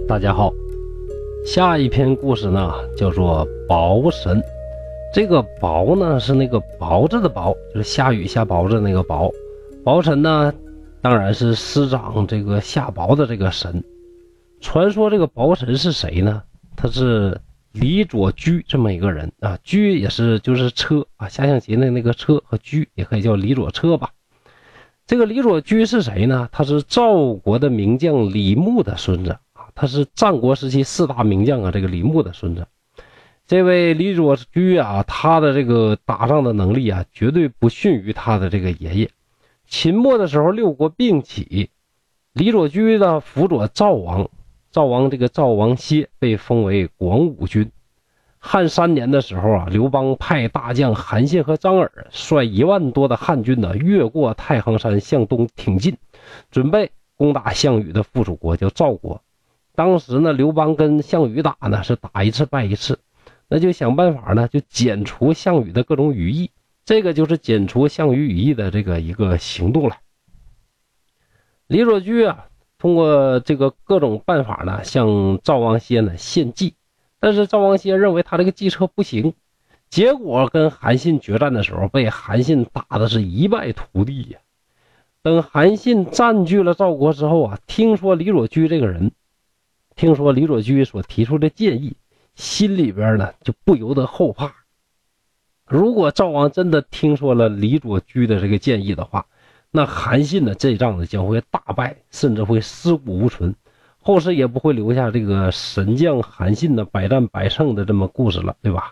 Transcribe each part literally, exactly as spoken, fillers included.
大家好，下一篇故事呢叫做雹神。这个雹呢是那个雹子的雹，就是下雨下雹子那个雹。雹神呢当然是施长这个下雹的这个神。传说这个雹神是谁呢？他是李左居这么一个人啊，居也是就是车啊，下象棋的那个车和居也可以叫李左车吧。这个李左居是谁呢？他是赵国的名将李牧的孙子啊，他是战国时期四大名将啊，这个李牧的孙子。这位李左居啊，他的这个打仗的能力啊，绝对不逊于他的这个爷爷。秦末的时候，六国并起，李左居呢辅佐赵王，赵王这个赵王歇被封为广武军。汉三年的时候啊，刘邦派大将韩信和张耳率一万多的汉军呢，越过太行山向东挺进，准备攻打项羽的附属国叫赵国。当时呢，刘邦跟项羽打呢是打一次败一次，那就想办法呢，就剪除项羽的各种羽翼，这个就是剪除项羽羽翼的这个一个行动了。李左居啊，通过这个各种办法呢，向赵王歇呢献计。但是赵王歇认为他这个计策不行，结果跟韩信决战的时候，被韩信打的是一败涂地呀。等韩信占据了赵国之后啊，听说李左居这个人，听说李左居所提出的建议，心里边呢就不由得后怕。如果赵王真的听说了李左居的这个建议的话，那韩信的这仗呢将会大败，甚至会尸骨无存。后世也不会留下这个神将韩信的百战百胜的这么故事了，对吧？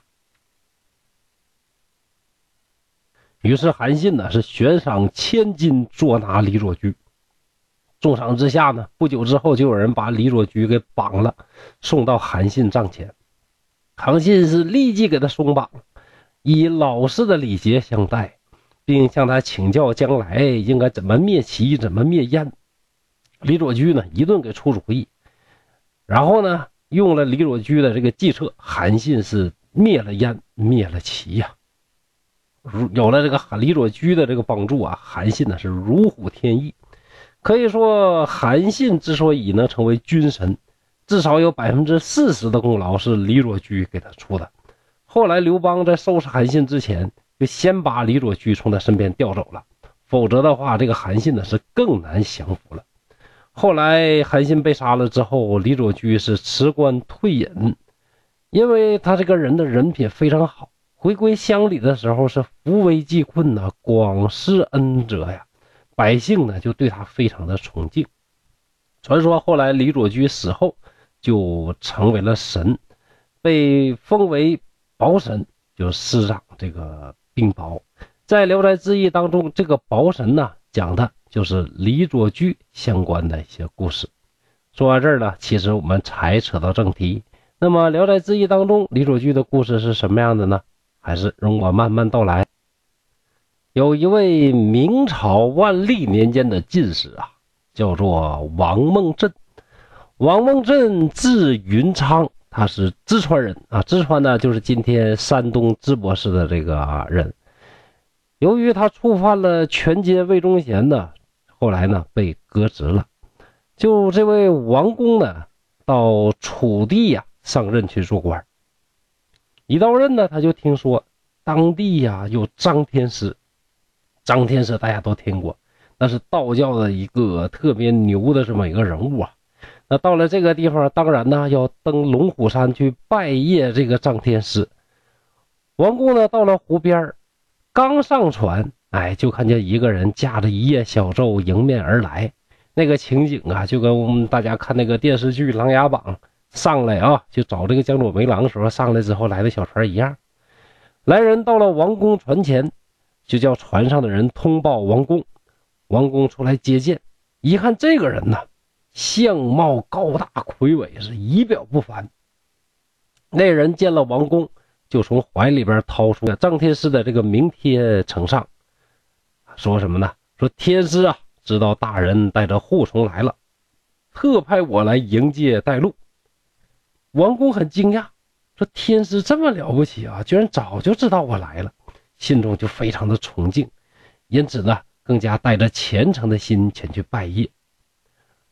于是韩信呢是悬赏千金捉拿李左居。重赏之下呢，不久之后就有人把李左居给绑了，送到韩信帐前。韩信是立即给他松绑，以老师的礼节相待，并向他请教将来应该怎么灭齐，怎么灭燕。李左居呢一顿给出主意，然后呢用了李左居的这个计策，韩信是灭了燕，灭了齐呀、啊。有了这个李左居的这个帮助啊，韩信呢是如虎添翼。可以说韩信之所以能成为军神，至少有百分之四十的功劳是李左居给他出的。后来刘邦在收拾韩信之前，就先把李左居从他身边调走了，否则的话，这个韩信呢是更难降服了。后来韩信被杀了之后，李左居是辞官退隐，因为他这个人的人品非常好，回归乡里的时候是扶危济困呐、啊，广施恩泽呀，百姓呢就对他非常的崇敬。传说后来李左居死后就成为了神，被封为雹神，就施长这个冰雹。在《聊斋志异》当中，这个雹神呢讲的就是李左居相关的一些故事。说到这儿呢，其实我们才扯到正题。那么《聊斋志异》当中李左居的故事是什么样的呢？还是容我慢慢道来。有一位明朝万历年间的进士啊，叫做王孟震。王孟震字云昌，他是淄川人啊，淄川呢就是今天山东淄博市的这个人。由于他触犯了权奸魏忠贤呢，后来呢被革职了。就这位王公呢，到楚地呀、啊、上任去做官。一到任呢，他就听说当地呀、啊、有张天师。张天师大家都听过，那是道教的一个特别牛的这么一个人物啊。那到了这个地方，当然呢要登龙虎山去拜谒这个张天师。王公呢到了湖边，刚上船，哎，就看见一个人驾着一叶小舟迎面而来。那个情景啊，就跟我们大家看那个电视剧《琅琊榜》上来啊，就找这个江左梅郎的时候上来之后来的小船一样。来人到了王公船前，就叫船上的人通报王公。王公出来接见，一看这个人呢，相貌高大魁伟，是仪表不凡。那人见了王公，就从怀里边掏出张天师的这个名帖呈上，说什么呢？说天师啊，知道大人带着护从来了，特派我来迎接带路。王公很惊讶，说天师这么了不起啊，居然早就知道我来了，心中就非常的崇敬，因此呢更加带着虔诚的心前去拜谒。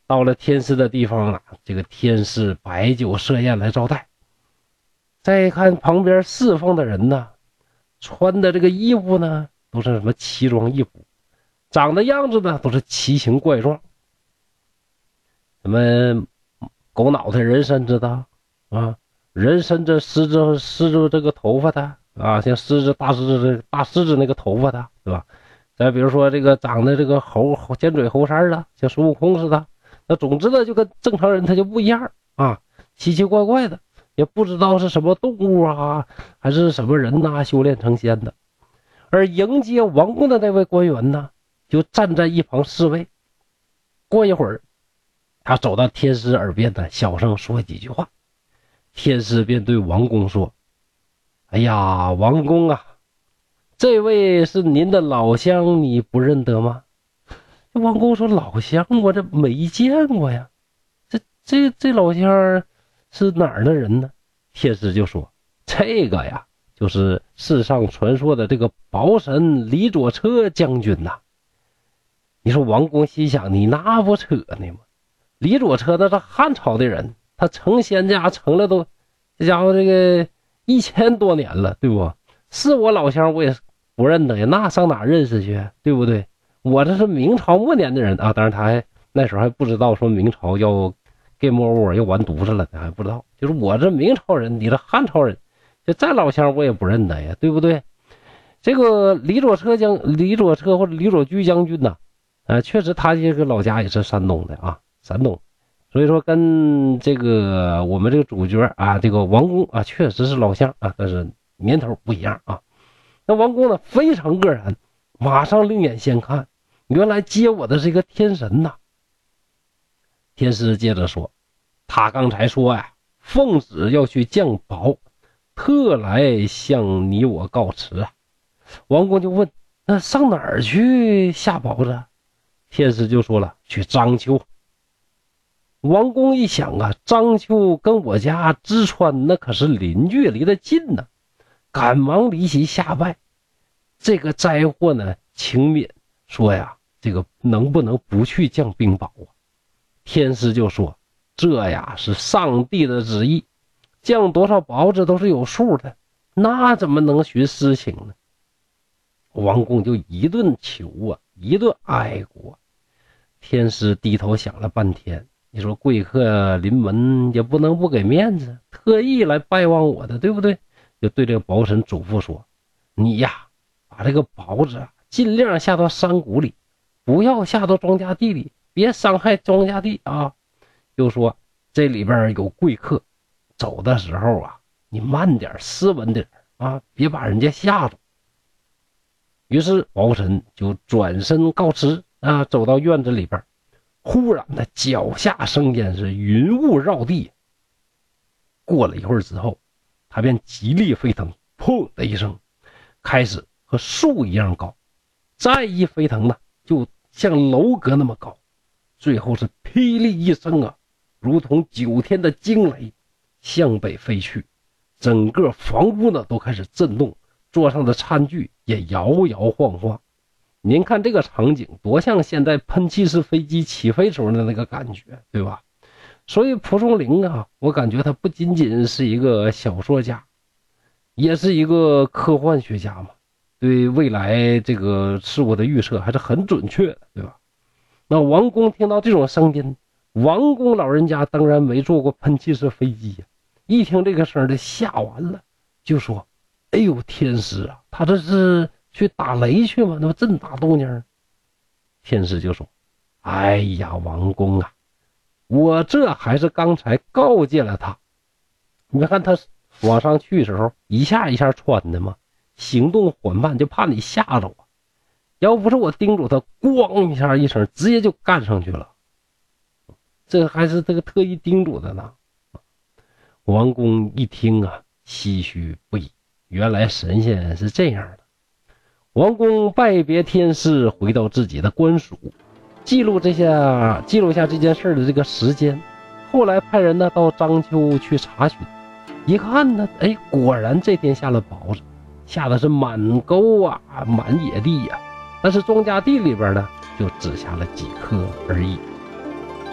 到了天师的地方了，这个天师摆酒设宴来招待。再看旁边侍奉的人呢，穿的这个衣服呢都是什么奇装异服，长的样子呢都是奇形怪状，什么狗脑袋人身子的啊，人身子狮子狮子这个头发的啊，像狮子大狮子大狮子那个头发的，对吧？再比如说这个长得这个猴尖嘴猴腮的，像孙悟空似的。那总之呢，就跟正常人他就不一样啊，奇奇怪怪的，也不知道是什么动物啊，还是什么人呐、啊，修炼成仙的。而迎接王公的那位官员呢，就站在一旁侍卫。过一会儿，他走到天师耳边呢，小声说几句话。天师便对王公说：“哎呀，王公啊，这位是您的老乡，你不认得吗？”王公说：“老乡，我这没见过呀，这这这老乡是哪儿的人呢？”天师就说：“这个呀，就是世上传说的这个宝神李左车将军呐。”你说王公心想，你那不扯呢吗？李左车那是汉朝的人，他成仙家成了都，这家伙这个一千多年了，对不？是我老乡，我也不认得呀，那上哪认识去，对不对？我这是明朝末年的人啊，当然他还那时候还不知道说明朝要 game over 要完犊子了，他还不知道。就是我这明朝人，你这汉朝人，就再老乡我也不认得呀，对不对？这个李左车将李左车或者李左车将军呢，呃，确实他这个老家也是山东的啊，山东，所以说跟这个我们这个主角啊，这个王公啊，确实是老乡啊，但是年头不一样啊。那王公呢非常愕然，马上另眼相看。原来接我的是一个天神呐！天师接着说：“他刚才说呀，奉旨要去降宝，特来向你我告辞啊。”王公就问：“那上哪儿去下宝子？”天师就说了：“去章丘。”王公一想啊，章丘跟我家淄川那可是邻居，离得近呢，赶忙离席下拜。这个灾祸呢，请免。说呀，这个能不能不去降冰雹啊？天师就说：“这呀是上帝的旨意，降多少雹子都是有数的，那怎么能徇私情呢？”王公就一顿求啊，一顿哀国。天师低头想了半天，你说贵客临门也不能不给面子，特意来拜望我的，对不对？就对这个雹神嘱咐说：“你呀，把这个雹子啊尽量下到山谷里，不要下到庄稼地里，别伤害庄稼地啊。”又说这里边有贵客，走的时候啊，你慢点，斯文点啊，别把人家吓着。于是雹神就转身告辞啊，走到院子里边，忽然的脚下生烟，是云雾绕地。过了一会儿之后，他便极力飞腾，砰的一声，开始和树一样高。再一飞腾呢，就像楼阁那么高，最后是霹雳一声啊，如同九天的惊雷，向北飞去，整个房屋呢都开始震动，桌上的餐具也摇摇晃晃。您看这个场景多像现在喷气式飞机起飞时候的那个感觉，对吧？所以蒲松龄啊，我感觉他不仅仅是一个小说家，也是一个科幻学家嘛，对未来这个事物的预测还是很准确的，对吧？那王公听到这种声音，王公老人家当然没坐过喷气式飞机呀，一听这个声就吓完了，就说：“哎呦，天师啊，他这是去打雷去吗？那么这大动静？”天师就说：“哎呀，王公啊，我这还是刚才告诫了他，你看他往上去的时候一下一下窜的嘛，行动缓慢，就怕你吓着我。要不是我叮嘱他，咣一下一声，直接就干上去了。这还是这个特意叮嘱的呢。”王公一听啊，唏嘘不已，原来神仙是这样的。王公拜别天师，回到自己的官署，记录这下记录下这件事的这个时间。后来派人呢到章丘去查询，一看呢，哎，果然这天下了雹子，下的是满沟啊，满野地呀、啊，但是庄稼地里边呢，就只下了几颗而已。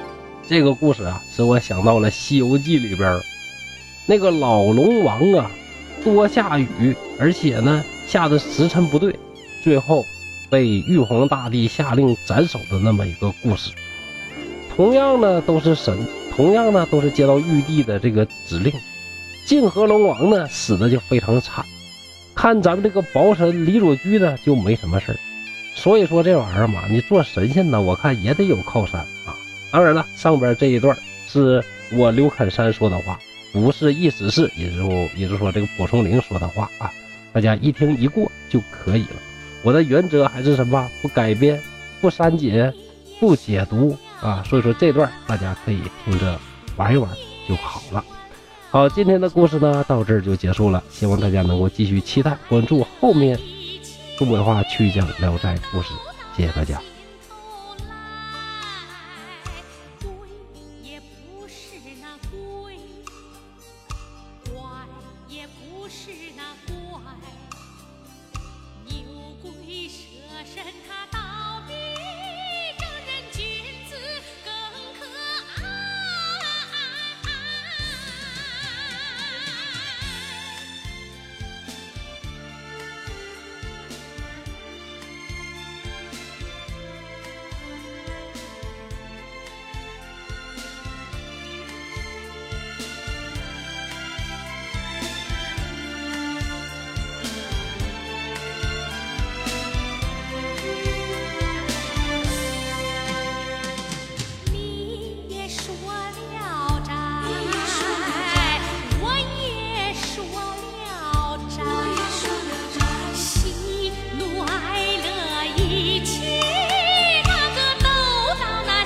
这个故事啊，使我想到了《西游记》里边那个老龙王啊，多下雨，而且呢下的时辰不对，最后被玉皇大帝下令斩首的那么一个故事。同样呢都是神，同样呢都是接到玉帝的这个指令，泾河龙王呢死的就非常惨，看咱们这个保神李若居呢就没什么事儿。所以说这玩意儿嘛，你做神仙呢，我看也得有靠山啊。当然了，上边这一段是我刘侃山说的话，不是意思是，也就是说，也就是说这个蒲松龄说的话啊，大家一听一过就可以了。我的原则还是什么？不改编，不删减，不解读啊。所以说这段大家可以听着玩一玩就好了。好，今天的故事呢到这儿就结束了，希望大家能够继续期待关注后面东北话曲讲聊斋故事，谢谢大家。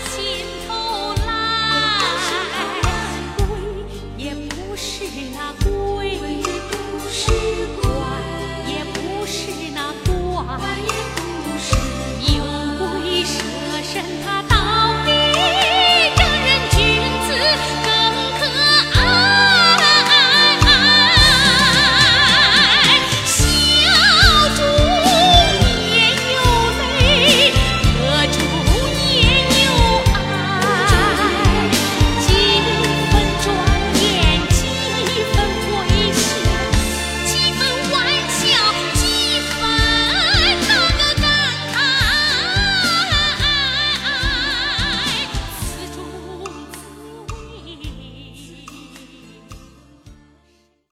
是那。